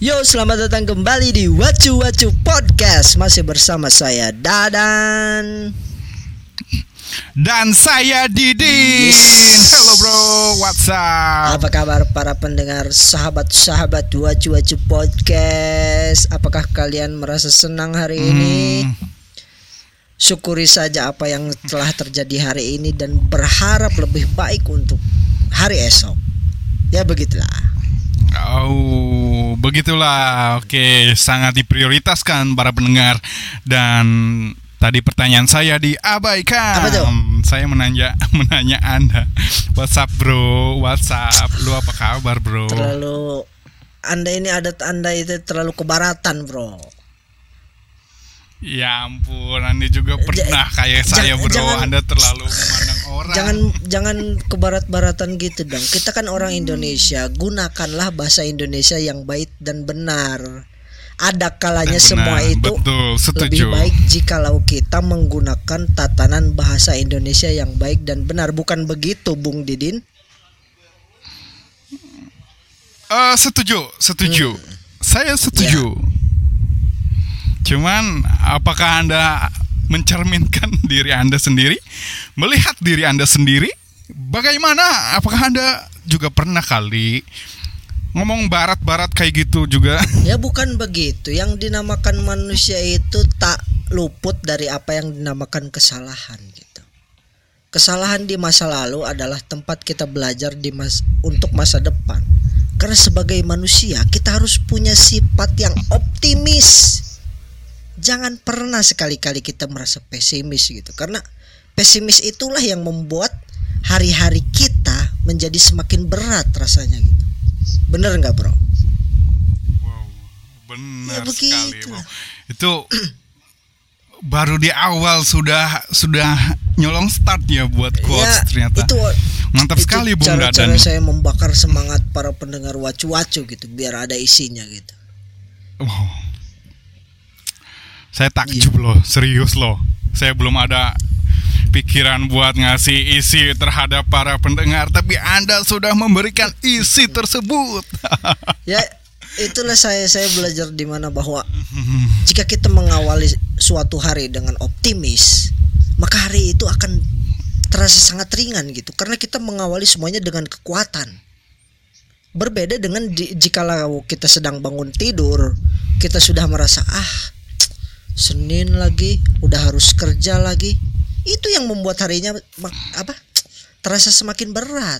Yo, selamat datang kembali di Wacu Wacu Podcast. Masih bersama saya Dadan dan saya Didin. Halo bro, what's up? Apa kabar para pendengar sahabat-sahabat Wacu Wacu Podcast? Apakah kalian merasa senang hari ini? Syukuri saja apa yang telah terjadi hari ini dan berharap lebih baik untuk hari esok. Ya begitulah. Oh, begitulah. Oke, sangat diprioritaskan para pendengar. Dan tadi pertanyaan saya diabaikan. Apa tuh? Saya menanya Anda. What's up bro? What's up? Lu apa kabar bro? Terlalu adat Anda itu terlalu kebaratan bro. Ya ampun, Anda juga pernah kayak saya bro. Anda terlalu memandang orang. Jangan kebarat-baratan gitu dong. Kita kan orang Indonesia. Gunakanlah bahasa Indonesia yang baik dan benar. Ada kalanya semua itu betul, lebih baik jikalau kita menggunakan tatanan bahasa Indonesia yang baik dan benar. Bukan begitu, Bung Didin? Setuju. Saya setuju. Cuman apakah Anda mencerminkan diri Anda sendiri? Melihat diri Anda sendiri? Bagaimana? Apakah Anda juga pernah kali ngomong barat-barat kayak gitu juga? Ya bukan begitu. Yang dinamakan manusia itu tak luput dari apa yang dinamakan kesalahan gitu. Kesalahan di masa lalu adalah tempat kita belajar untuk masa depan. Karena sebagai manusia kita harus punya sifat yang optimis. Jangan pernah sekali-kali kita merasa pesimis gitu. Karena pesimis itulah yang membuat hari-hari kita menjadi semakin berat rasanya gitu. Bener nggak bro? Wow, benar ya, sekali bro. Itu baru di awal sudah nyolong start ya buat quotes ya, ternyata. Mantap sekali Bung Dadan. Cara saya membakar semangat para pendengar wacu-wacu gitu biar ada isinya gitu. Wow. Saya takjub loh, serius loh. Saya belum ada pikiran buat ngasih isi terhadap para pendengar, tapi Anda sudah memberikan isi tersebut. Ya, itulah saya belajar di mana bahwa jika kita mengawali suatu hari dengan optimis, maka hari itu akan terasa sangat ringan gitu, karena kita mengawali semuanya dengan kekuatan. Berbeda dengan jikalau kita sedang bangun tidur, kita sudah merasa Senin lagi, udah harus kerja lagi. Itu yang membuat harinya terasa semakin berat.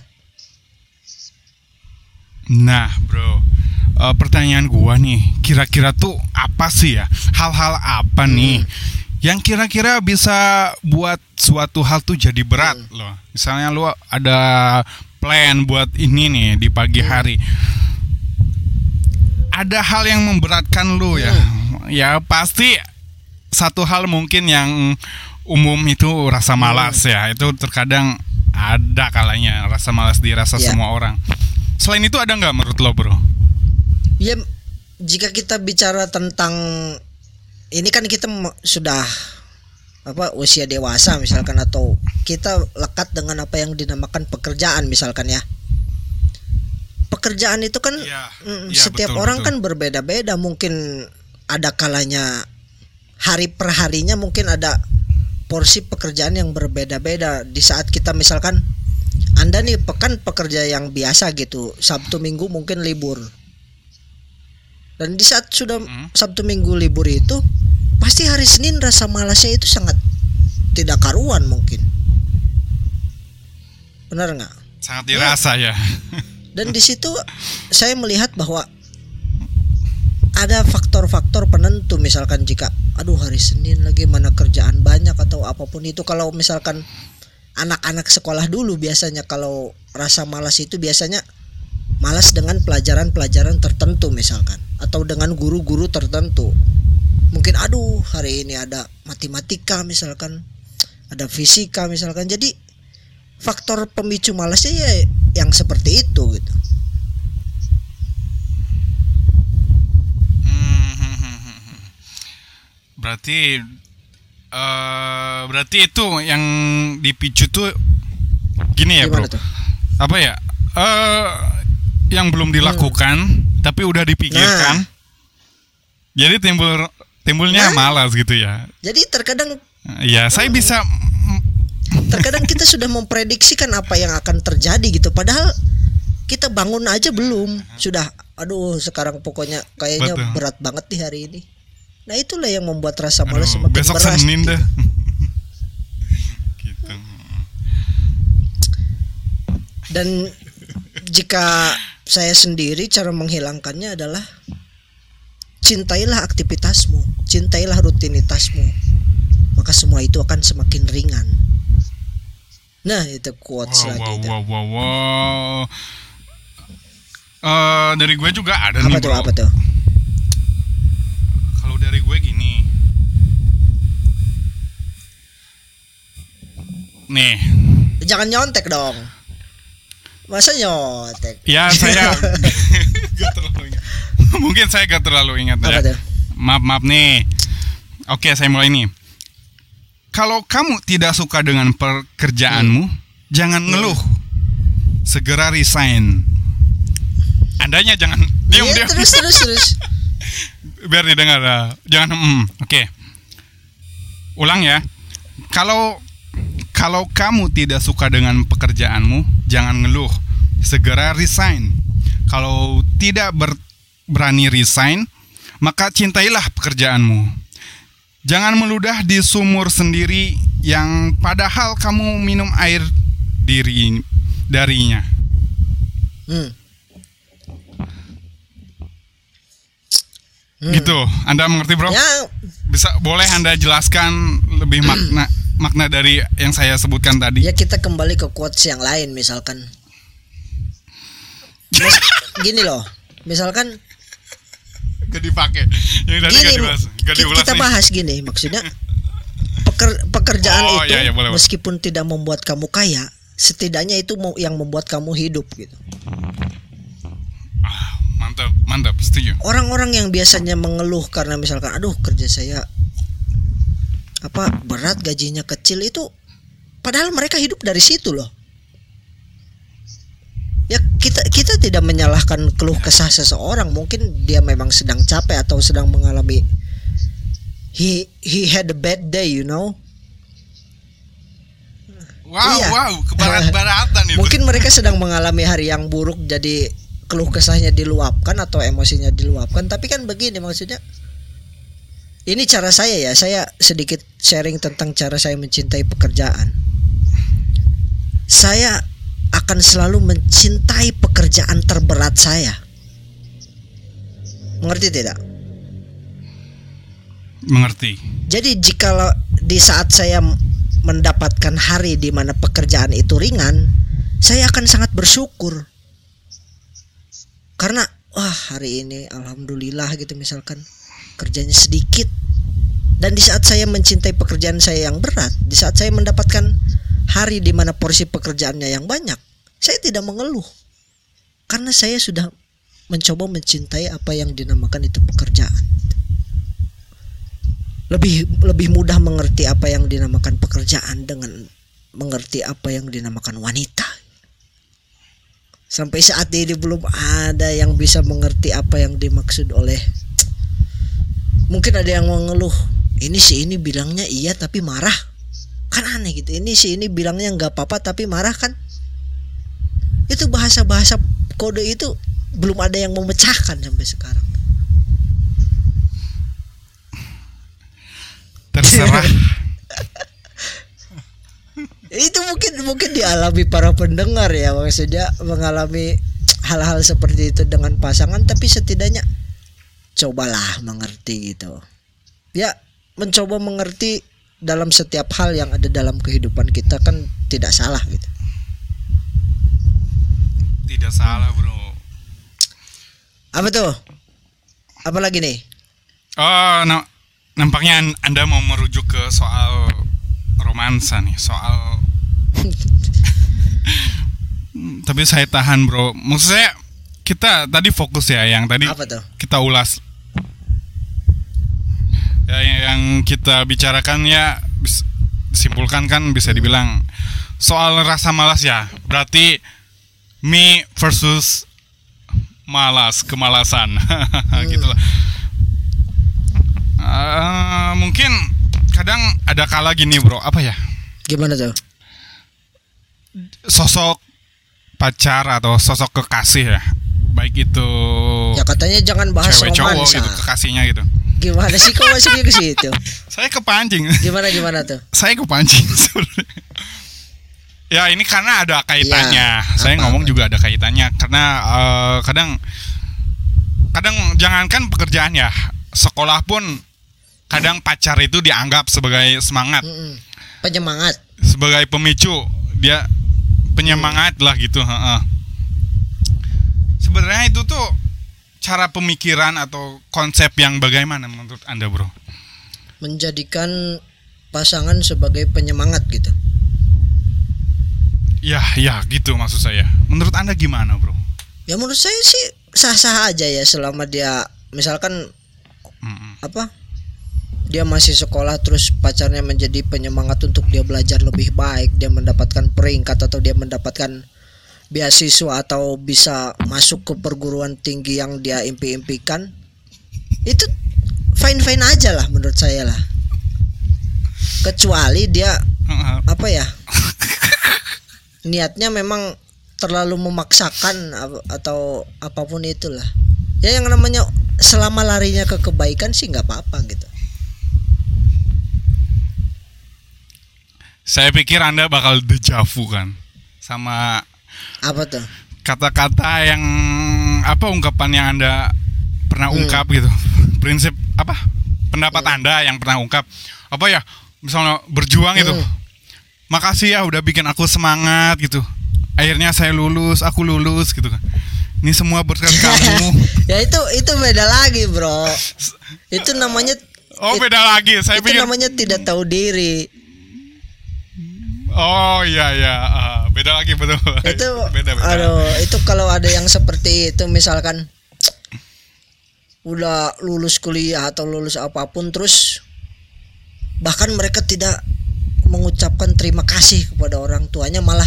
Nah bro, pertanyaan gua nih, kira-kira tuh apa sih ya, hal-hal apa nih yang kira-kira bisa buat suatu hal tuh jadi berat loh. Misalnya lu ada plan buat ini nih di pagi hari, ada hal yang memberatkan lu ya. Ya pasti satu hal mungkin yang umum itu rasa malas ya. Itu terkadang ada kalanya rasa malas dirasa semua orang. Selain itu ada nggak menurut lo bro? Ya jika kita bicara tentang ini kan kita sudah usia dewasa misalkan, atau kita lekat dengan apa yang dinamakan pekerjaan misalkan ya. Pekerjaan itu kan setiap orang kan berbeda-beda. Mungkin ada kalanya hari per harinya mungkin ada porsi pekerjaan yang berbeda-beda. Di saat kita misalkan Anda nih pekerja yang biasa gitu, Sabtu Minggu mungkin libur. Dan di saat sudah Sabtu Minggu libur itu, pasti hari Senin rasa malasnya itu sangat tidak karuan mungkin. Benar nggak? Sangat dirasa ya. Dan di situ saya melihat bahwa ada faktor-faktor penentu, misalkan jika hari Senin lagi mana kerjaan banyak atau apapun itu. Kalau misalkan anak-anak sekolah dulu biasanya kalau rasa malas itu biasanya malas dengan pelajaran-pelajaran tertentu misalkan, atau dengan guru-guru tertentu. Mungkin hari ini ada matematika misalkan, ada fisika misalkan. Jadi faktor pemicu malasnya ya yang seperti itu gitu. Berarti itu yang dipicu tuh gini ya bro. Apa ya? Yang belum dilakukan tapi udah dipikirkan. Jadi timbulnya Nah. malas gitu ya. Jadi terkadang Ya, saya bisa kita sudah memprediksikan apa yang akan terjadi gitu, padahal kita bangun aja belum, sudah aduh sekarang pokoknya kayaknya Betul. berat banget nih hari ini. Nah itulah yang membuat rasa aduh, malas semakin besok beras Senin gitu. dah. Gitu. Dan jika saya sendiri cara menghilangkannya adalah cintailah aktivitasmu, cintailah rutinitasmu, maka semua itu akan semakin ringan. Nah itu quotes lagi itu. Wow. Dari gue juga ada Apa nih tuh, bro. apa tuh? Kalau dari gue gini. Nih, Jangan nyontek dong. Masa nyontek? ya saya gak terlalu ingat. Mungkin saya gak terlalu ingat Apa ya. tuh? Maaf nih. Oke, saya mulai nih. Kalau kamu tidak suka dengan pekerjaanmu, jangan ngeluh. Segera resign. Andanya jangan diam. Iya, terus. Biar didengar. Jangan Oke. Ulang ya. Kalau kamu tidak suka dengan pekerjaanmu, jangan ngeluh. Segera resign. Kalau tidak berani resign, maka cintailah pekerjaanmu. Jangan meludah di sumur sendiri yang padahal kamu minum air darinya. Gitu. Anda mengerti, bro? Ya, Boleh Anda jelaskan lebih makna dari yang saya sebutkan tadi? ya kita kembali ke quotes yang lain misalkan. Gini loh, misalkan Gak dipakai. Yang tadi gini, gak dibahas. Gak diulas kita nih. bahas gini, maksudnya pekerjaan itu iya, boleh. meskipun tidak membuat kamu kaya, setidaknya itu yang membuat kamu hidup gitu. Mantap, setuju. Orang-orang yang biasanya mengeluh karena misalkan aduh kerja saya berat, gajinya kecil, itu padahal mereka hidup dari situ loh. Ya kita tidak menyalahkan keluh kesah seseorang, mungkin dia memang sedang capek atau sedang mengalami he had a bad day, you know. Wow, keberat-beratan itu. Mungkin mereka sedang mengalami hari yang buruk, jadi keluh kesahnya diluapkan atau emosinya diluapkan. Tapi kan begini maksudnya, ini cara saya sedikit sharing tentang cara saya mencintai pekerjaan. Saya akan selalu mencintai pekerjaan terberat saya. Mengerti tidak? Mengerti. Jadi jikalau di saat saya mendapatkan hari di mana pekerjaan itu ringan, saya akan sangat bersyukur. Karena hari ini alhamdulillah gitu, misalkan kerjanya sedikit. Dan di saat saya mencintai pekerjaan saya yang berat, di saat saya mendapatkan hari di mana porsi pekerjaannya yang banyak, saya tidak mengeluh. Karena saya sudah mencoba mencintai apa yang dinamakan itu pekerjaan. Lebih mudah mengerti apa yang dinamakan pekerjaan dengan mengerti apa yang dinamakan wanita. Sampai saat ini belum ada yang bisa mengerti apa yang dimaksud oleh. Mungkin ada yang mengeluh, ini bilangnya iya tapi marah, kan aneh gitu. Ini bilangnya nggak apa-apa tapi marah, kan. Itu bahasa kode itu belum ada yang memecahkan sampai sekarang. Terserah. Itu mungkin dialami para pendengar ya, maksudnya mengalami hal-hal seperti itu dengan pasangan, tapi setidaknya cobalah mengerti gitu. Ya, mencoba mengerti dalam setiap hal yang ada dalam kehidupan kita kan tidak salah gitu. Tidak salah, bro. Apa tuh? Apa lagi nih? Oh, nampaknya Anda mau merujuk ke soal romansa nih, soal. Tapi saya tahan, bro. Maksud saya kita tadi fokus ya, yang tadi Apa tuh? kita ulas. Ya, yang kita bicarakan ya disimpulkan kan bisa dibilang soal rasa malas ya. Berarti me versus malas, kemalasan. Gitu lah. Mungkin kadang ada kala gini bro, apa ya? Gimana tuh? Sosok pacar atau sosok kekasih ya, baik itu Ya katanya jangan bahas cewek cowok romansa. gitu, kekasihnya gitu. Gimana sih kok masuknya ke situ? Saya kepancing. Gimana tuh? Saya kepancing sebenarnya. Ya ini karena ada kaitannya. Ya, Saya apa? ngomong juga ada kaitannya karena kadang jangankan pekerjaan ya, sekolah pun kadang pacar itu dianggap sebagai semangat, Penyemangat. sebagai pemicu, dia penyemangat lah gitu. Sebenarnya itu tuh cara pemikiran atau konsep yang bagaimana menurut Anda bro? Menjadikan pasangan sebagai penyemangat gitu. Ya gitu maksud saya. Menurut Anda gimana bro? Ya menurut saya sih sah-sah aja ya, selama dia misalkan dia masih sekolah terus pacarnya menjadi penyemangat untuk dia belajar lebih baik, dia mendapatkan peringkat atau dia mendapatkan beasiswa atau bisa masuk ke perguruan tinggi yang dia impi-impikan, itu fine-fine aja lah menurut saya lah. Kecuali dia niatnya memang terlalu memaksakan atau apapun itulah. Ya yang namanya selama larinya ke kebaikan sih nggak apa-apa gitu. Saya pikir Anda bakal dejavu kan sama Apa tuh? kata-kata yang ungkapan yang Anda pernah ungkap gitu. Prinsip pendapat Anda yang pernah ungkap misalnya berjuang itu. Makasih ya udah bikin aku semangat gitu. Akhirnya aku lulus gitu kan. Ini semua berkat kamu. Ya itu beda lagi, bro. Itu namanya beda lagi. Saya itu pikir namanya tidak tahu diri. Oh iya, beda lagi betul. Itu beda. itu kalau ada yang seperti itu misalkan udah lulus kuliah atau lulus apapun terus bahkan mereka tidak mengucapkan terima kasih kepada orang tuanya, malah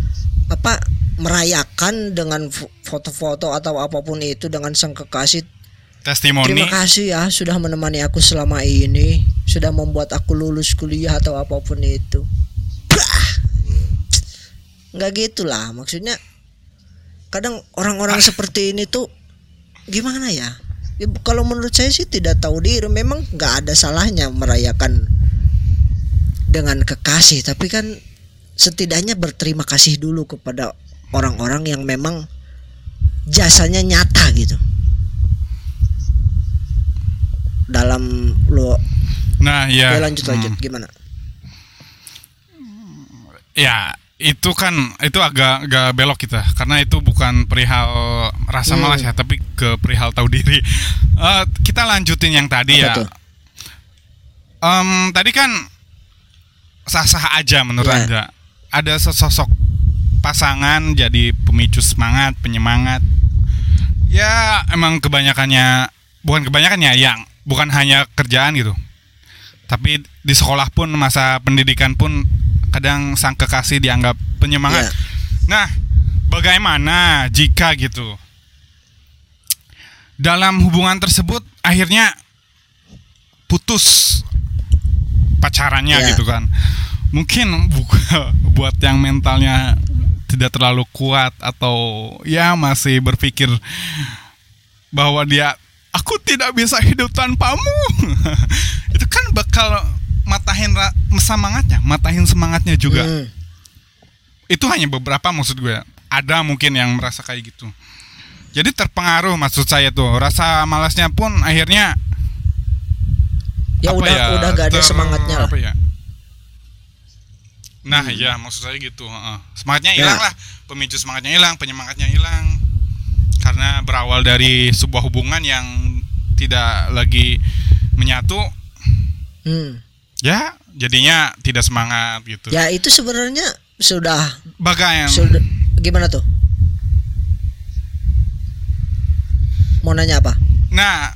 merayakan dengan foto-foto atau apapun itu dengan sang kekasih. Testimoni. Terima kasih ya sudah menemani aku selama ini, sudah membuat aku lulus kuliah atau apapun itu. Nggak gitulah, maksudnya kadang orang-orang seperti ini tuh gimana ya? Kalau menurut saya sih tidak tahu diri. Memang nggak ada salahnya merayakan dengan kekasih, tapi kan setidaknya berterima kasih dulu kepada orang-orang yang memang jasanya nyata gitu dalam lo. Nah ya. Lanjut gimana? Ya itu agak belok kita karena itu bukan perihal rasa malas ya, tapi ke perihal tahu diri. Kita lanjutin yang tadi. Apa ya tuh? Tadi kan sah-sah aja menurut Anda. Ada sesosok pasangan jadi pemicu semangat, penyemangat. Ya emang bukan hanya kerjaan gitu, tapi di sekolah pun, masa pendidikan pun kadang sang kekasih dianggap penyemangat. Nah, bagaimana jika gitu dalam hubungan tersebut akhirnya putus pacarannya gitu kan? Mungkin buat yang mentalnya tidak terlalu kuat atau ya masih berpikir bahwa aku tidak bisa hidup tanpamu. Itu kan bakal matahin semangatnya juga. Itu hanya beberapa, maksud gue. Ada mungkin yang merasa kayak gitu. Jadi terpengaruh, maksud saya tuh. Rasa malasnya pun akhirnya udah gak ada semangatnya lah. Nah ya maksud saya gitu. Semangatnya hilang lah. Pemicu semangatnya hilang, penyemangatnya hilang. Karena berawal dari sebuah hubungan yang tidak lagi menyatu. Ya jadinya tidak semangat gitu. Ya itu sebenarnya sudah gimana tuh? Mau nanya apa? Nah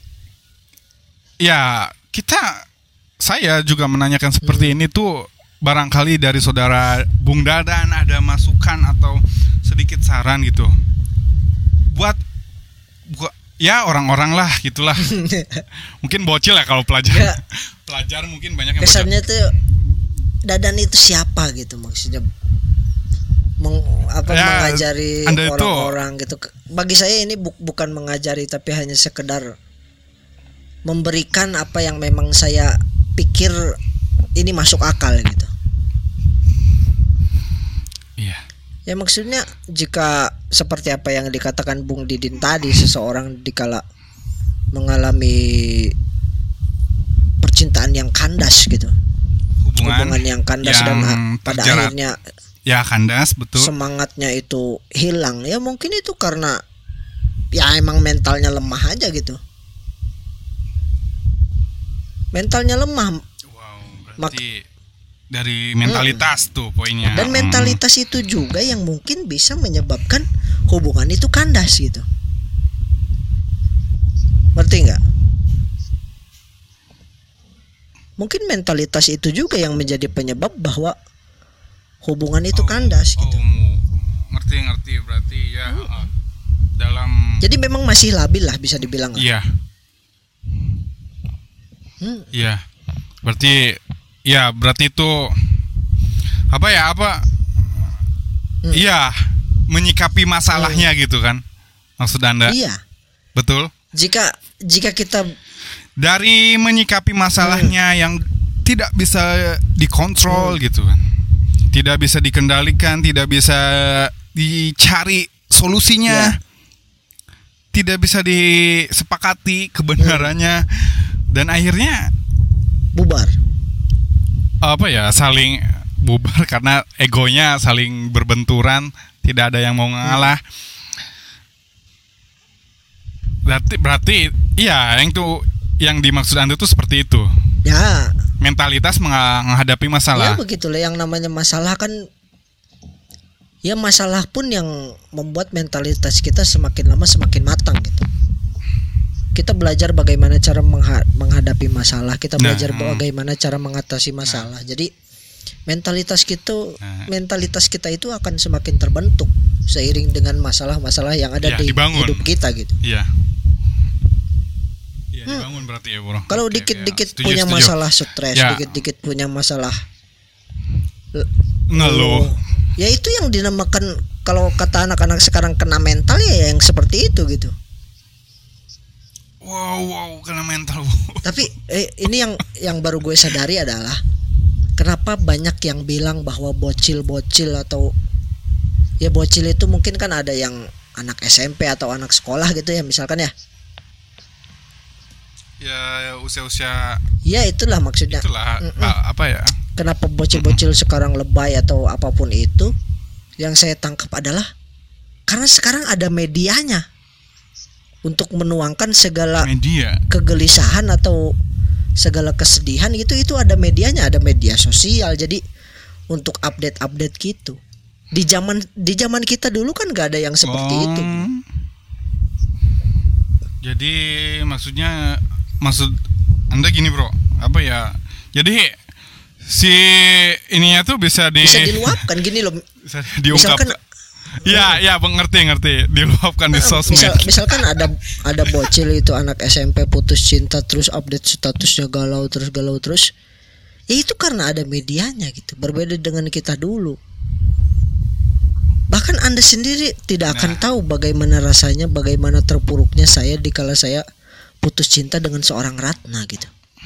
ya saya juga menanyakan seperti ini tuh, barangkali dari saudara Bung Dadan ada masukan atau sedikit saran gitu buat ya orang-orang lah gitulah. Mungkin bocil ya kalau pelajar. Ya. Pelajar mungkin banyak yang Kesannya tuh Dadan itu siapa gitu maksudnya Ya, mengajari Anda itu- orang-orang gitu. Bagi saya ini bukan mengajari tapi hanya sekedar memberikan apa yang memang saya pikir ini masuk akal gitu. Iya. Ya maksudnya jika seperti apa yang dikatakan Bung Didin tadi, seseorang dikala mengalami percintaan yang kandas gitu, hubungan yang kandas dan pada terjerat. akhirnya Ya kandas betul. semangatnya itu hilang, ya mungkin itu karena ya emang mentalnya lemah aja gitu. Mentalnya lemah Wow, berarti dari mentalitas tuh poinnya. dan mentalitas itu juga yang mungkin bisa menyebabkan hubungan itu kandas gitu. Ngerti nggak? Mungkin mentalitas itu juga yang menjadi penyebab bahwa hubungan itu kandas gitu. Ngerti berarti ya dalam Jadi memang masih labil lah bisa dibilang lah. iya. Hmm. Iya. Berarti itu apa? Iya, menyikapi masalahnya gitu kan. Maksud Anda? Iya. Betul? Jika kita Dari menyikapi masalahnya yang tidak bisa dikontrol gitu kan. Tidak bisa dikendalikan, tidak bisa dicari solusinya. Ya. Tidak bisa disepakati kebenarannya dan akhirnya bubar. saling bubar karena egonya saling berbenturan, tidak ada yang mau ngalah. Berarti iya yang dimaksud Anda tuh seperti itu. Ya, Mentalitas menghadapi masalah. ya begitulah yang namanya masalah kan. Ya masalah pun yang membuat mentalitas kita semakin lama semakin matang gitu. Kita belajar bagaimana cara menghadapi masalah, kita belajar bagaimana cara mengatasi masalah. Jadi mentalitas kita itu akan semakin terbentuk seiring dengan masalah-masalah yang ada di dibangun. hidup kita gitu. Iya. Iya, dibangun berarti ya, Bro. Kalau Oke, dikit-dikit setuju, punya setuju. masalah stres, Ya. dikit-dikit punya masalah Ngeluh. ya itu yang dinamakan, kalau kata anak-anak sekarang, kena mental ya yang seperti itu gitu. Wow, kena mental. Tapi ini yang baru gue sadari adalah kenapa banyak yang bilang bahwa bocil atau ya bocil itu mungkin kan ada yang anak SMP atau anak sekolah gitu ya misalkan ya. Ya usia-usia Ya itulah maksudnya. itulah apa ya? Kenapa bocil-bocil sekarang lebay atau apapun itu? Yang saya tangkap adalah karena sekarang ada medianya untuk menuangkan segala Media. kegelisahan atau segala kesedihan itu ada medianya, ada media sosial. Jadi untuk update gitu. Di zaman kita dulu kan nggak ada yang seperti itu. Jadi maksud Anda gini, Bro. Apa ya? Jadi si ininya tuh bisa diluapkan gini loh. bisa diungkapkan. Ya, ngerti. Diluapkan di sosmed. Misalkan ada bocil itu anak SMP putus cinta terus update statusnya galau terus. Ya itu karena ada medianya gitu. Berbeda dengan kita dulu. Bahkan Anda sendiri tidak akan tahu bagaimana rasanya, bagaimana terpuruknya saya dikala saya putus cinta dengan seorang Ratna gitu.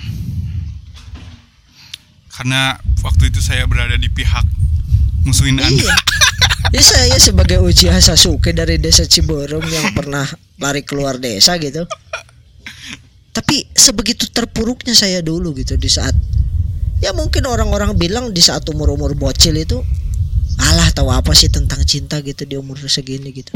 Karena waktu itu saya berada di pihak musuhin Anda. Iya. Ya saya sebagai Uchiha Sasuke dari desa Ciberem yang pernah lari keluar desa gitu. Tapi sebegitu terpuruknya saya dulu gitu di saat, ya mungkin orang-orang bilang di saat umur-umur bocil itu, alah tahu apa sih tentang cinta gitu di umur segini gitu.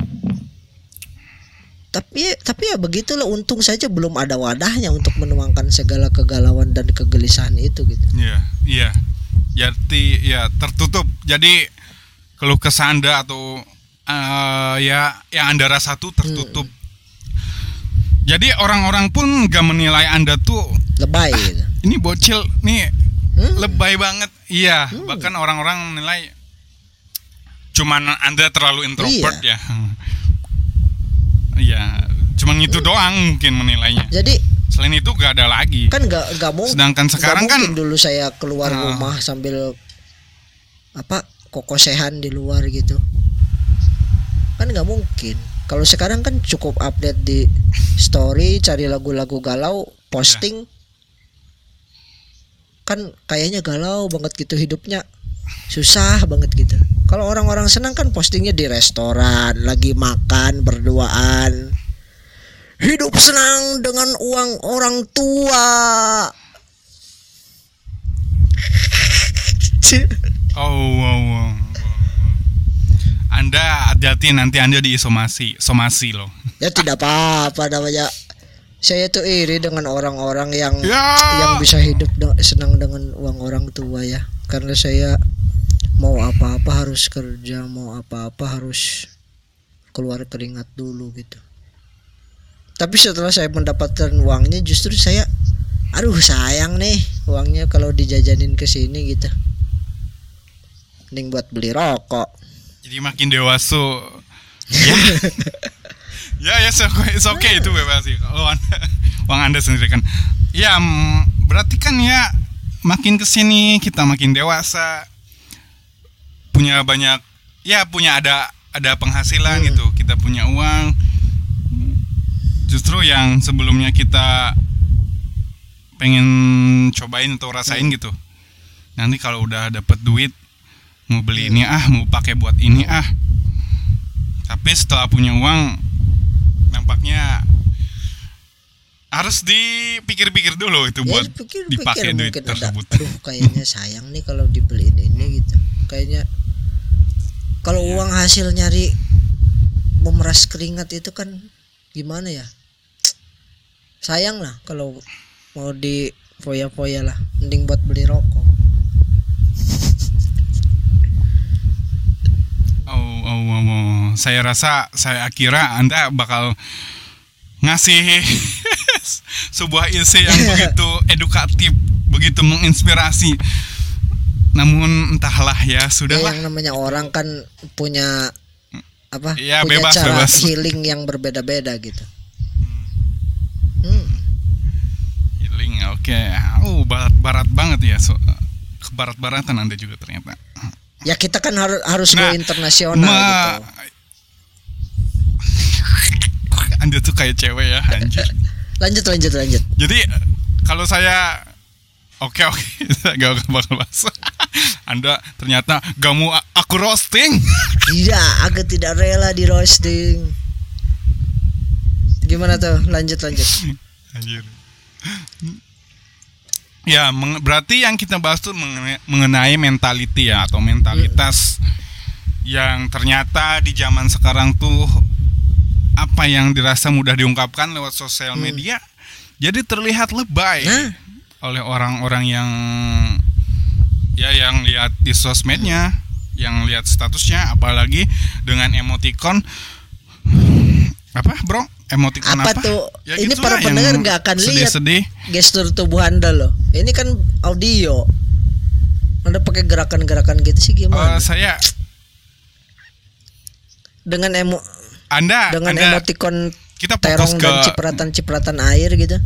Tapi ya begitulah, untung saja belum ada wadahnya untuk menuangkan segala kegalauan dan kegelisahan itu gitu. Iya. Jadi ya tertutup. Jadi keluh kesah Anda atau ya yang Anda rasa tuh tertutup. Jadi orang-orang pun gak menilai Anda tuh Lebay gitu. Ini bocil nih lebay banget. Iya, bahkan orang-orang menilai cuman Anda terlalu introvert ya. Iya, Cuman itu doang mungkin menilainya. Jadi Selain itu gak ada lagi. kan nggak mungkin. Sedangkan sekarang kan mungkin dulu saya keluar rumah sambil kokosehan di luar gitu. Kan nggak mungkin. Kalau sekarang kan cukup update di story, cari lagu-lagu galau, posting. Kan kayaknya galau banget gitu hidupnya. Susah banget gitu. Kalau orang-orang senang kan postingnya di restoran, lagi makan berduaan. Hidup senang dengan uang orang tua. Oh. Anda hati-hati nanti Anda somasi loh. Ya tidak apa-apa namanya. Saya tuh iri dengan orang-orang yang bisa hidup senang dengan uang orang tua ya. Karena saya mau apa-apa harus kerja, mau apa-apa harus keluar keringat dulu gitu. Tapi setelah saya mendapatkan uangnya justru saya sayang nih uangnya kalau dijajanin ke sini gitu. Mending buat beli rokok. Jadi makin dewasa. Ya, it's okay itu bebas sih. Kalau uang Anda sendiri kan. Ya, berarti kan ya makin kesini kita makin dewasa, punya banyak, punya ada penghasilan gitu. Kita punya uang. Justru yang sebelumnya kita pengen cobain atau rasain gitu. Nanti kalau udah dapet duit, mau beli ini mau pakai buat ini tapi setelah punya uang nampaknya harus dipikir-pikir dulu itu buat dipakai duit tersebut. Kayaknya sayang nih kalau dibeliin ini gitu. Kayaknya kalau uang hasil nyari memeras keringat itu kan gimana ya, sayang lah kalau mau di foya-foya lah, mending buat beli rokok. Saya kira Anda bakal ngasih sebuah isi yang begitu edukatif, begitu menginspirasi. Namun entahlah ya, sudahlah. Yang namanya orang kan punya Ya, punya bebas, cara bebas. healing yang berbeda-beda gitu. Healing, oke. Barat banget ya. Kebarat-baratan Anda juga ternyata. Ya kita kan harus go internasional gitu. Anda tuh kayak cewek ya, anjir. Lanjut. Jadi kalau saya oke, gak bakal bahas. Anda ternyata gak mau aku roasting. Tidak, aku tidak rela di roasting. Gimana tuh? Lanjut. Anjir. Ya, berarti yang kita bahas tuh mengenai mentality ya, atau mentalitas yang ternyata di zaman sekarang tuh apa yang dirasa mudah diungkapkan lewat sosial media jadi terlihat lebay oleh orang-orang yang lihat di sosmednya, yang lihat statusnya, apalagi dengan emoticon bro? Emoticon apa? Tuh? Ya ini gitulah, para pendengar nggak akan lihat gestur tubuh Anda loh. Ini kan audio. Anda pakai gerakan-gerakan gitu sih gimana? Saya dengan Anda emoticon kita terong dan cipratan air gitu.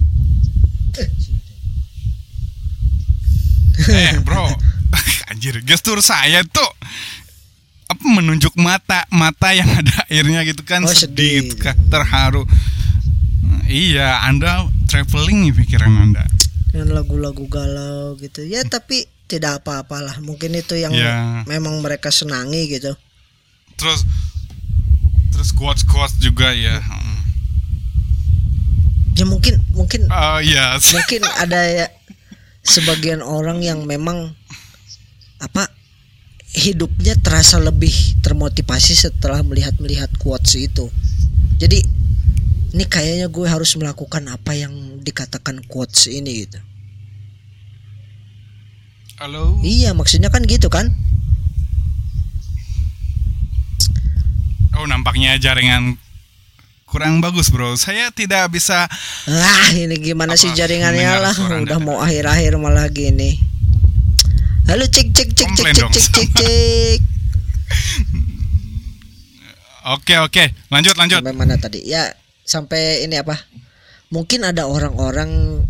Bro, anjir, gestur saya tuh menunjuk mata yang ada airnya gitu kan, sedih gitu kan, terharu. Iya, Anda traveling nih pikiran Anda dengan lagu-lagu galau gitu ya, tapi tidak apa-apalah, mungkin itu yang memang mereka senangi gitu. Terus quotes juga ya. Ya mungkin mungkin ada ya sebagian orang yang memang hidupnya terasa lebih termotivasi setelah melihat quotes itu. Jadi ini kayaknya gue harus melakukan apa yang dikatakan quotes ini gitu. Halo? Iya, maksudnya kan gitu kan? Oh, nampaknya jaringan kurang bagus, bro. Saya tidak bisa. Ini gimana sih jaringannya lah? Udah mau akhir-akhir malah gini. Halo, cek. Oke, lanjut. Sampai mana tadi? Ya, sampai ini apa? Mungkin ada orang-orang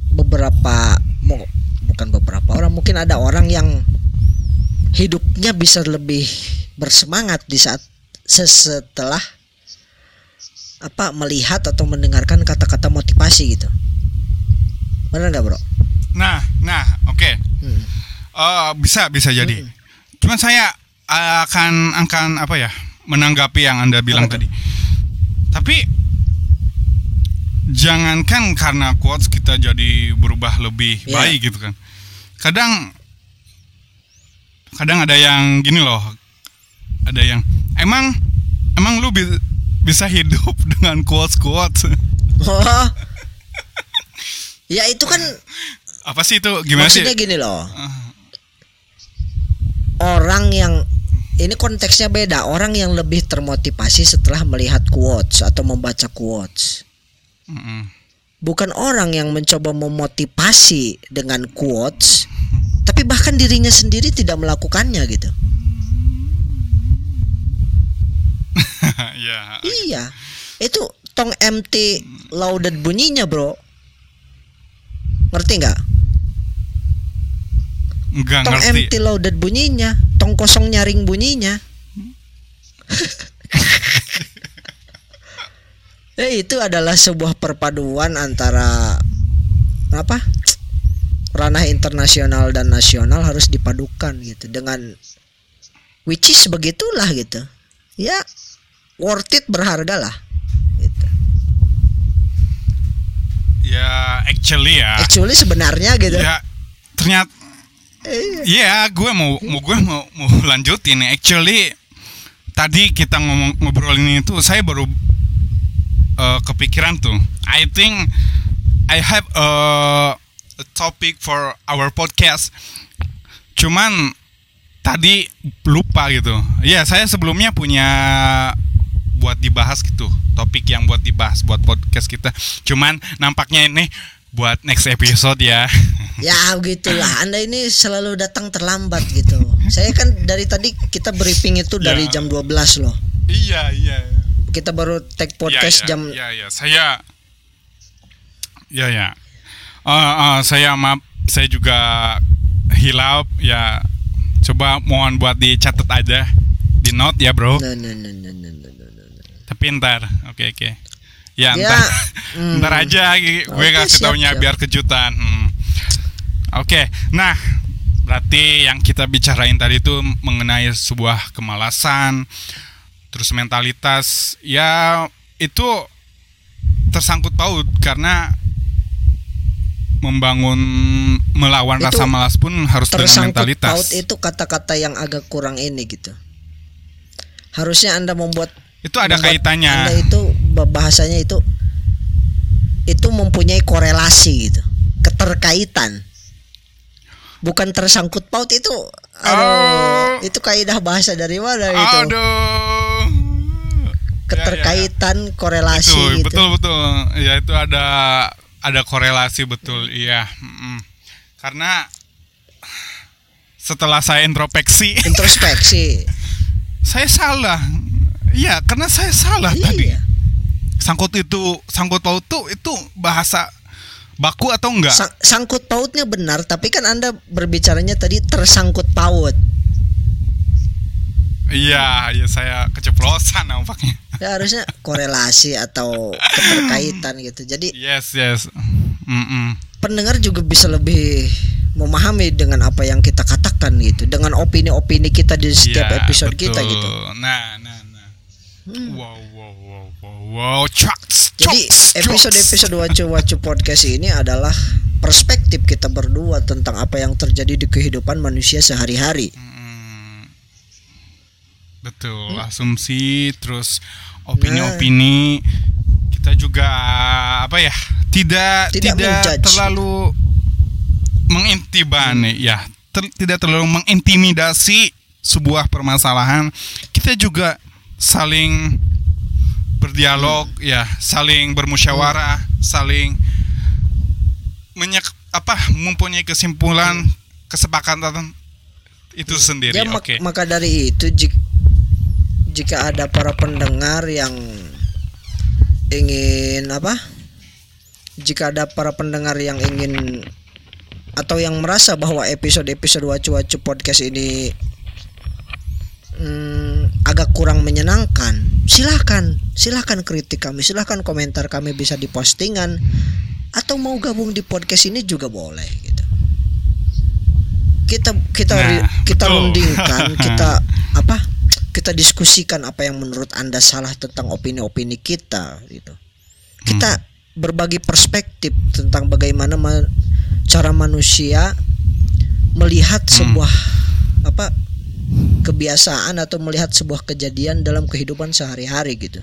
bukan beberapa orang, mungkin ada orang yang hidupnya bisa lebih bersemangat di saat setelah melihat atau mendengarkan kata-kata motivasi gitu. Benar nggak, bro? Nah, oke. Bisa jadi. Cuman saya akan menanggapi yang Anda bilang tadi. Tapi jangankan karena quotes kita jadi berubah lebih baik gitu kan. Kadang ada yang gini loh. Ada yang emang lu bisa hidup dengan quotes. Oh. Ya itu kan apa sih itu? Gimana maksudnya sih? gini loh. Orang yang ini konteksnya beda. Orang yang lebih termotivasi setelah melihat quotes atau membaca quotes. Bukan orang yang mencoba memotivasi dengan quotes, tapi bahkan dirinya sendiri tidak melakukannya gitu. Ya. Iya. Itu tong empty loaded bunyinya, bro. Ngerti nggak? Enggak Tong ngerti. empty loaded bunyinya, tong kosong nyaring bunyinya. Itu adalah sebuah perpaduan antara ranah internasional dan nasional harus dipadukan gitu dengan which is begitulah gitu. Ya worth it, berharga lah gitu. Ya actually sebenarnya gitu. ya ternyata gue mau lanjutin. Actually tadi kita ngobrolin itu, saya baru kepikiran tuh. I think I have a topic for our podcast. Cuman tadi lupa gitu. Ya, saya sebelumnya punya buat dibahas gitu, topik yang buat dibahas buat podcast kita. Cuman nampaknya ini buat next episode ya. Ya begitulah. Anda ini selalu datang terlambat gitu. Saya kan dari tadi kita briefing itu dari jam 12 loh. Iya. Kita baru take podcast jam. Saya saya maaf, saya juga hilap ya. Coba mohon buat dicatat aja di note ya, bro. No. Tapi ntar, oke. Ya ntar aja gue kasih taunya biar kejutan. Oke, nah berarti yang kita bicarain tadi itu mengenai sebuah kemalasan, terus mentalitas, ya itu tersangkut paut karena melawan itu rasa malas pun harus dengan mentalitas. Paut itu kata-kata yang agak kurang ini gitu. Harusnya Anda itu ada kaitannya. Anda itu bahasanya itu mempunyai korelasi gitu, keterkaitan. Bukan tersangkut paut itu. Itu kaidah bahasa dari mana gitu? Keterkaitan, korelasi itu, gitu. Betul. Ya itu ada korelasi, betul. Iya. Karena setelah saya introspeksi, saya salah. Iya, karena saya salah tadi. Sangkut paut itu bahasa baku atau enggak? Sangkut pautnya benar, tapi kan Anda berbicaranya tadi tersangkut paut. Iya, saya keceplosan nampaknya. Ya harusnya korelasi atau keterkaitan gitu. Jadi yes. pendengar juga bisa lebih memahami dengan apa yang kita katakan gitu, dengan opini-opini kita di setiap episode betul. Kita gitu. Nah. Wow. Jadi episode Wacu Podcast ini adalah perspektif kita berdua tentang apa yang terjadi di kehidupan manusia sehari-hari. Betul, asumsi terus opini-opini. Kita juga tidak terlalu tidak terlalu mengintimidasi sebuah permasalahan. Kita juga saling berdialog, saling bermusyawarah, saling mempunyai kesimpulan, kesepakatan itu sendiri. Maka dari itu jika ada para pendengar yang ingin apa? Jika ada para pendengar yang ingin atau yang merasa bahwa episode-episode Wacu-Wacu podcast ini agak kurang menyenangkan, silahkan kritik kami, silahkan komentar kami bisa di postingan, atau mau gabung di podcast ini juga boleh gitu. Kita betul. rundingkan, kita diskusikan apa yang menurut Anda salah tentang opini-opini kita gitu. Kita berbagi perspektif tentang bagaimana cara manusia melihat sebuah kebiasaan atau melihat sebuah kejadian dalam kehidupan sehari-hari gitu.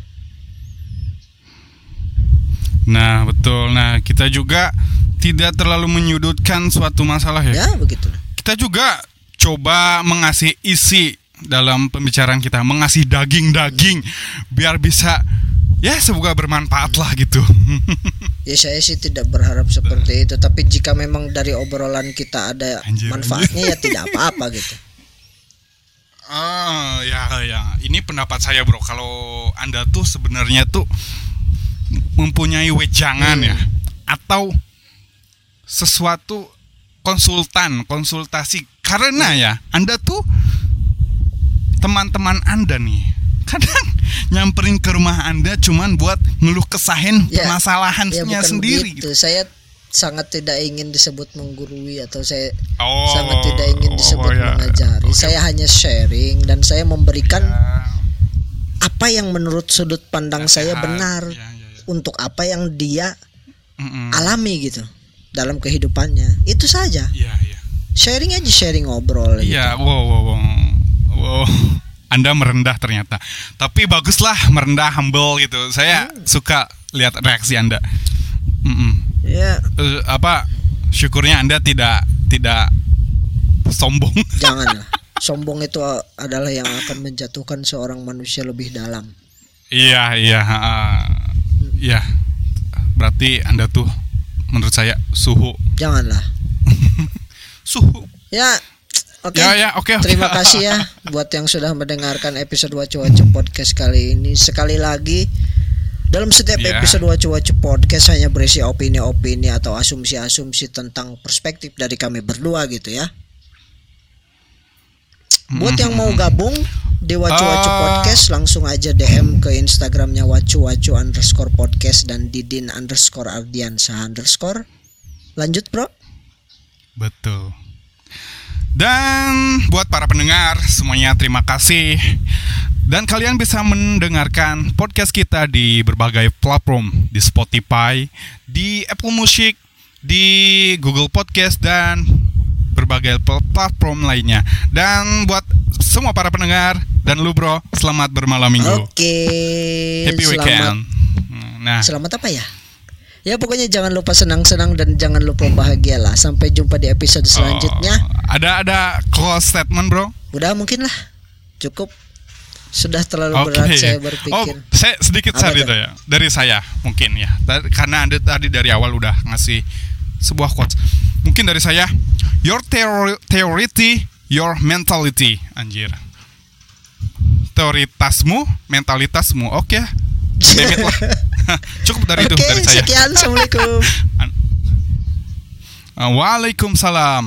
Nah, betul. Nah, kita juga tidak terlalu menyudutkan suatu masalah ya. Ya, begitu. Kita juga coba mengasih isi dalam pembicaraan kita, mengasih daging-daging biar bisa ya semoga bermanfaat lah gitu. Ya saya sih tidak berharap seperti itu, tapi jika memang dari obrolan kita ada manfaatnya ya tidak apa-apa gitu. Ya. Ini pendapat saya, bro. Kalau Anda tuh sebenarnya tuh mempunyai wejangan ya, atau sesuatu konsultasi, karena ya Anda tuh teman-teman Anda nih kadang nyamperin ke rumah Anda cuman buat ngeluh kesahin permasalahannya sendiri. Gitu. Saya sangat tidak ingin disebut menggurui atau saya sangat tidak ingin disebut mengajari. Saya hanya sharing dan saya memberikan apa yang menurut sudut pandang saya benar untuk apa yang dia alami gitu dalam kehidupannya. Itu saja. Sharing aja, sharing ngobrol. Iya, gitu. Wow. Anda merendah ternyata. Tapi baguslah merendah, humble gitu. Saya suka lihat reaksi Anda. Ya. Syukurnya Anda tidak sombong. Janganlah. Sombong itu adalah yang akan menjatuhkan seorang manusia lebih dalam. Iya. Berarti Anda tuh menurut saya suhu. Janganlah. Suhu. Ya. Oke. Oke. Terima kasih ya buat yang sudah mendengarkan episode Wacu-Wacu podcast kali ini. Sekali lagi, dalam setiap episode Wacu-Wacu podcast hanya berisi opini-opini atau asumsi-asumsi tentang perspektif dari kami berdua gitu ya. Buat yang mau gabung di Wacu-Wacu podcast, langsung aja DM ke Instagramnya wacu-wacu_podcast dan didin_ardiansa_. Lanjut, bro. Betul. Dan buat para pendengar semuanya, terima kasih. Dan kalian bisa mendengarkan podcast kita di berbagai platform, di Spotify, di Apple Music, di Google Podcast, dan berbagai platform lainnya. Dan buat semua para pendengar dan lu, bro, selamat bermalam minggu. Oke. Happy weekend. Nah, selamat apa ya? Ya pokoknya jangan lupa senang-senang dan jangan lupa bahagialah. Sampai jumpa di episode selanjutnya. Ada close statement, bro? Udah mungkin lah. Cukup. Sudah terlalu berat saya berpikir. Saya sedikit cerita ya. Dari saya mungkin ya. Karena Anda tadi dari awal udah ngasih sebuah quotes. Mungkin dari saya, your theory, your mentality. Anjir. Teoritasmu, mentalitasmu. Oke. Lah. Cukup dari itu dari saya. Sekian, assalamualaikum. Waalaikumsalam.